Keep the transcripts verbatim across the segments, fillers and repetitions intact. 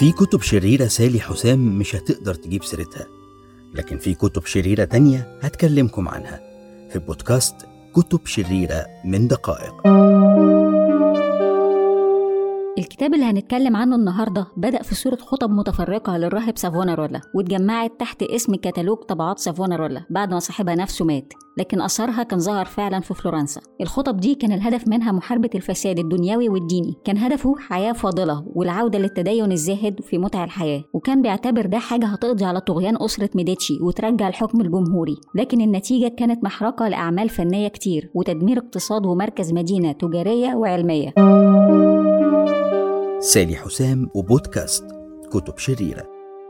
في كتب شريرة سالي حسام مش هتقدر تجيب سيرتها، لكن في كتب شريرة تانية هتكلمكم عنها في بودكاست كتب شريرة من دقائق. الكتاب اللي هنتكلم عنه النهاردة بدأ في صورة خطب متفرقة للراهب سافونارولا، واتجمعت تحت اسم كتالوج طبعات سافونارولا بعد ما صاحبها نفسه مات، لكن أثرها كان ظهر فعلا في فلورنسا. الخطب دي كان الهدف منها محاربة الفساد الدنيوي والديني، كان هدفه حياة فاضلة والعودة للتدين الزاهد في متع الحياة، وكان بيعتبر ده حاجة هتقضي على طغيان أسرة ميديتشي وترجع الحكم الجمهوري. لكن النتيجة كانت محرقة لأعمال فنية كتير وتدمير اقتصاد ومركز مدينة تجارية وعلمية. سالي حسام وبودكاست كتب شريرة.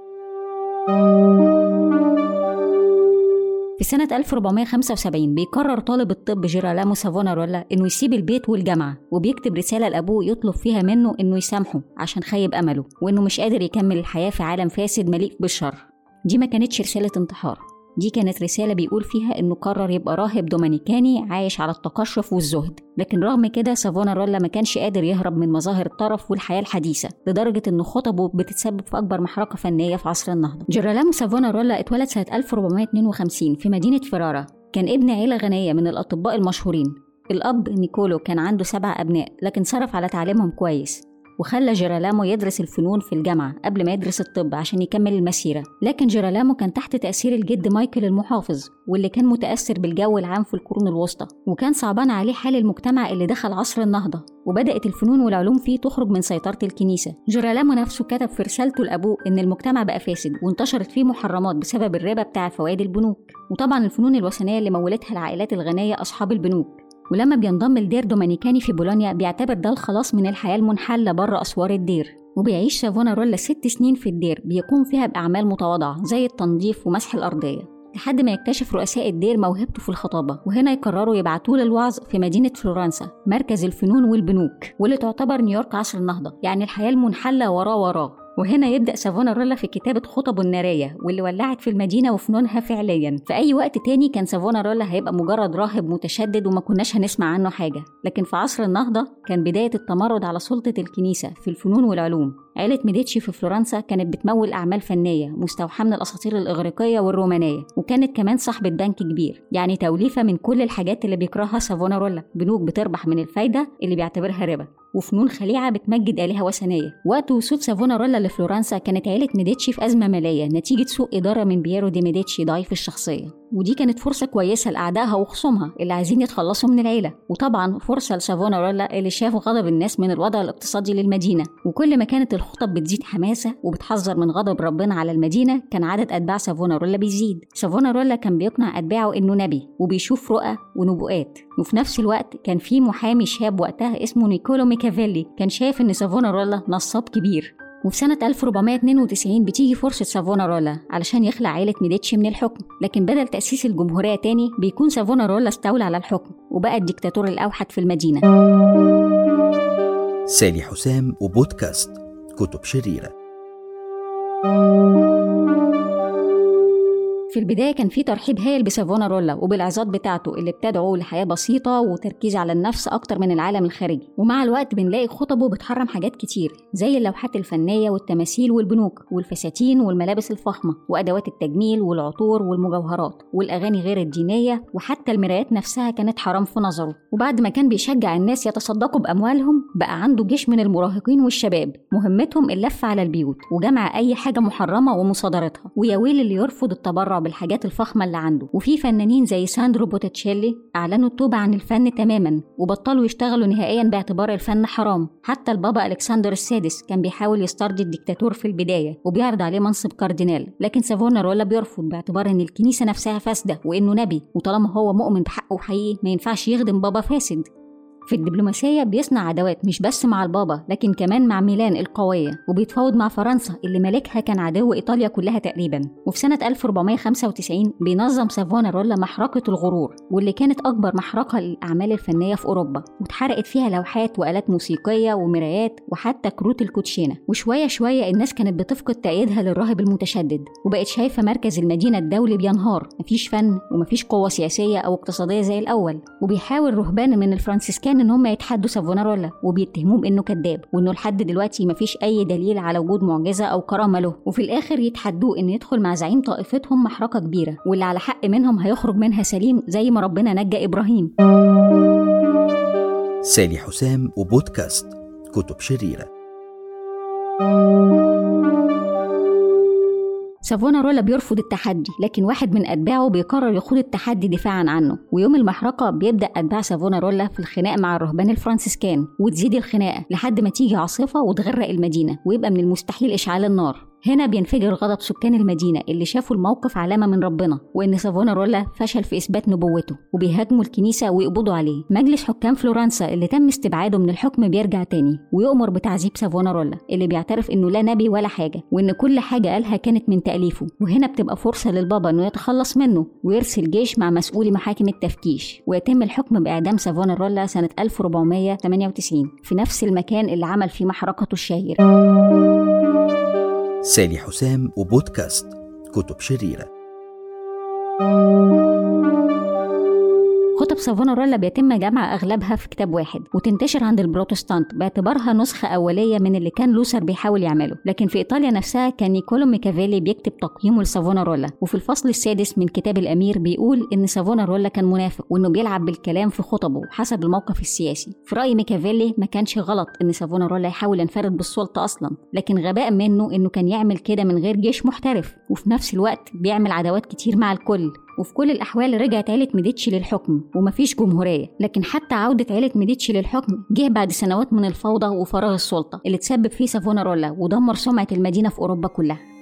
في سنة ألف وأربعمائة وخمسة وسبعين بيقرر طالب الطب جيرالامو سافونارولا إنه يسيب البيت والجامعة، وبيكتب رسالة لأبوه يطلب فيها منه إنه يسامحه عشان خيب أمله، وإنه مش قادر يكمل الحياة في عالم فاسد مليء بالشر. دي ما كانتش رسالة انتحار، دي كانت رسالة بيقول فيها إنه قرر يبقى راهب دومينيكاني عايش على التقشف والزهد. لكن رغم كده سافونارولا ما كانش قادر يهرب من مظاهر الطرف والحياة الحديثة، لدرجة إنه خطبه بتتسبب في أكبر محرقة فنية في عصر النهضة. جيرالامو سافونارولا اتولد سنة ألف وأربعمائة واثنين وخمسين في مدينة فيرارا. كان ابن عيلة غنية من الأطباء المشهورين. الأب نيكولو كان عنده سبع أبناء، لكن صرف على تعليمهم كويس، وخلى جيرالامو يدرس الفنون في الجامعة قبل ما يدرس الطب عشان يكمل المسيرة. لكن جيرالامو كان تحت تأثير الجد مايكل المحافظ، واللي كان متأثر بالجو العام في القرون الوسطى، وكان صعبان عليه حال المجتمع اللي دخل عصر النهضة، وبدأت الفنون والعلوم فيه تخرج من سيطرة الكنيسة. جيرالامو نفسه كتب في رسالته لأبوه إن المجتمع بقى فاسد وانتشرت فيه محرمات بسبب الربا بتاع فوائد البنوك، وطبعا الفنون الوثنية اللي مولتها العائلات الغنية أصحاب البنوك. ولما بينضم لدير دومينيكاني في بولونيا بيعتبر ده الخلاص من الحياة المنحلة بره أسوار الدير. وبيعيش سافونارولا ست سنين في الدير بيقوم فيها بأعمال متواضعة زي التنظيف ومسح الأرضية، لحد ما يكتشف رؤساء الدير موهبته في الخطابة، وهنا يقرروا يبعتوه للوعظ في مدينة فلورنسا مركز الفنون والبنوك، واللي تعتبر نيويورك عصر النهضة، يعني الحياة المنحلة وراه وراه. وهنا يبدأ سافونارولا في كتابة خطبه النارية واللي ولعت في المدينة وفنونها فعليا. في أي وقت تاني كان سافونارولا هيبقى مجرد راهب متشدد وما كناش هنسمع عنه حاجة، لكن في عصر النهضة كان بداية التمرد على سلطة الكنيسة في الفنون والعلوم. عائلة ميديتشي في فلورنسا كانت بتمول أعمال فنية مستوحاة من الأساطير الإغريقية والرومانية، وكانت كمان صاحبة بنك كبير، يعني توليفة من كل الحاجات اللي بيكرهها سافونارولا: بنوك بتربح من الفايدة اللي بيعتبرها ربا، وفنون خليعة بتمجد آلهة وثنية. وقت وصول سافونارولا لفلورنسا كانت عائلة ميديتشي في أزمة مالية نتيجة سوء إدارة من بييرو دي ميديتشي ضعيف الشخصية، ودي كانت فرصة كويسة لأعدائها وخصومها اللي عايزين يتخلصوا من العيلة، وطبعا فرصة لسافونارولا اللي شاف غضب الناس من الوضع الاقتصادي للمدينة. وكل ما كانت الخطب بتزيد حماسة وبتحذر من غضب ربنا على المدينة، كان عدد أتباع سافونارولا بيزيد. سافونارولا كان بيقنع أتباعه إنه نبي وبيشوف رؤى ونبوءات، وفي نفس الوقت كان في محامي شاب وقتها اسمه نيكولو ميكافيلي كان شايف إن سافونارولا نصاب كبير. وفي سنة ألف وأربعمائة واثنين وتسعين بتيجي فرصة سافونارولا علشان يخلع عائلة ميديتشي من الحكم، لكن بدل تأسيس الجمهورية تاني بيكون سافونارولا استولى على الحكم وبقى الديكتاتور الأوحد في المدينة. سالي حسام وبودكاست كتب شريرة. في البداية كان في ترحيب هائل بسافونارولا وبالعظات بتاعته اللي بتدعو لحياة بسيطة وتركيز على النفس أكتر من العالم الخارجي. ومع الوقت بنلاقي خطبه بتحرم حاجات كتير زي اللوحات الفنية والتماثيل والبنوك والفساتين والملابس الفخمة وأدوات التجميل والعطور والمجوهرات والأغاني غير الدينية، وحتى المرايات نفسها كانت حرام في نظره. وبعد ما كان بيشجع الناس يتصدقوا بأموالهم، بقى عنده جيش من المراهقين والشباب مهمتهم اللف على البيوت وجمع أي حاجة محرمة ومصادرتها، ويا ويل اللي يرفض التبرع بالحاجات الفخمة اللي عنده. وفي فنانين زي ساندرو بوتيتشيلي أعلنوا التوبة عن الفن تماما وبطلوا يشتغلوا نهائيا باعتبار الفن حرام. حتى البابا ألكسندر السادس كان بيحاول يسترضي الدكتاتور في البداية وبيعرض عليه منصب كاردينال، لكن سافونارولا بيرفض باعتبار ان الكنيسة نفسها فاسدة وانه نبي، وطالما هو مؤمن بحقه حقيقي ما ينفعش يخدم بابا فاسد. في الدبلوماسية بيصنع عداوات مش بس مع البابا لكن كمان مع ميلان القوية، وبيتفاوض مع فرنسا اللي ملكها كان عدو إيطاليا كلها تقريبا. وفي سنة ألف وأربعمائة وخمسة وتسعين بينظم سافونارولا محرقة الغرور، واللي كانت أكبر محرقة للأعمال الفنية في أوروبا، واتحرقت فيها لوحات وآلات موسيقية ومرايات وحتى كروت الكوتشينة. وشوية شوية الناس كانت بتفقد تأييدها للراهب المتشدد، وبقت شايفة مركز المدينة الدولي بينهار، مفيش فن ومفيش قوة سياسية أو اقتصادية زي الأول. وبيحاول رهبان من الفرنسيسكان كان ان هم يتحدوا سافونارولا وبيتهموه بانه كذاب وانه لحد دلوقتي مفيش اي دليل على وجود معجزه او كرامه له، وفي الاخر يتحدوه ان يدخل مع زعيم طائفتهم محرقه كبيره واللي على حق منهم هيخرج منها سليم زي ما ربنا نجى ابراهيم. سالي حسام وبودكاست كتب شريرة. سافونارولا بيرفض التحدي، لكن واحد من أتباعه بيقرر يخوض التحدي دفاعاً عنه، ويوم المحرقة بيبدأ أتباع سافونارولا في الخناق مع الرهبان الفرنسيسكان، وتزيد الخناقة لحد ما تيجي عاصفة وتغرق المدينة ويبقى من المستحيل إشعال النار. هنا بينفجر غضب سكان المدينة اللي شافوا الموقف علامة من ربنا وإن سافونارولا فشل في إثبات نبوته، وبيهاجموا الكنيسة ويقبضوا عليه. مجلس حكام فلورنسا اللي تم استبعاده من الحكم بيرجع تاني ويؤمر بتعذيب سافونارولا اللي بيعترف إنه لا نبي ولا حاجة وإن كل حاجة قالها كانت من تأليفه. وهنا بتبقى فرصة للبابا إنه يتخلص منه ويرسل جيش مع مسؤولي محاكم التفتيش، ويتم الحكم بإعدام سافونارولا سنة ألف وأربعمائة وثمانية وتسعين في نفس المكان اللي عمل فيه محرقته الشهيرة. سالي حسام وبودكاست كتب شريرة. خطب سافونارولا بيتم جمع أغلبها في كتاب واحد وتنتشر عند البروتستانت باعتبارها نسخة أولية من اللي كان لوثر بيحاول يعمله، لكن في إيطاليا نفسها كان نيكولو ميكافيلي بيكتب تقييمه لسافونارولا، وفي الفصل السادس من كتاب الأمير بيقول إن سافونارولا كان منافق وإنه بيلعب بالكلام في خطبه حسب الموقف السياسي. في رأي ميكافيلي ما كانش غلط إن سافونارولا يحاول ينفرد بالسلطة أصلا، لكن غباء منه إنه كان يعمل كده من غير جيش محترف وفي نفس الوقت بيعمل عداوات كتير مع الكل. وفي كل الأحوال رجعت عائلة ميديتشي للحكم ومفيش جمهورية، لكن حتى عودة عائلة ميديتشي للحكم جه بعد سنوات من الفوضى وفراغ السلطة اللي تسبب فيه سافونارولا ودمر سمعة المدينة في أوروبا كلها.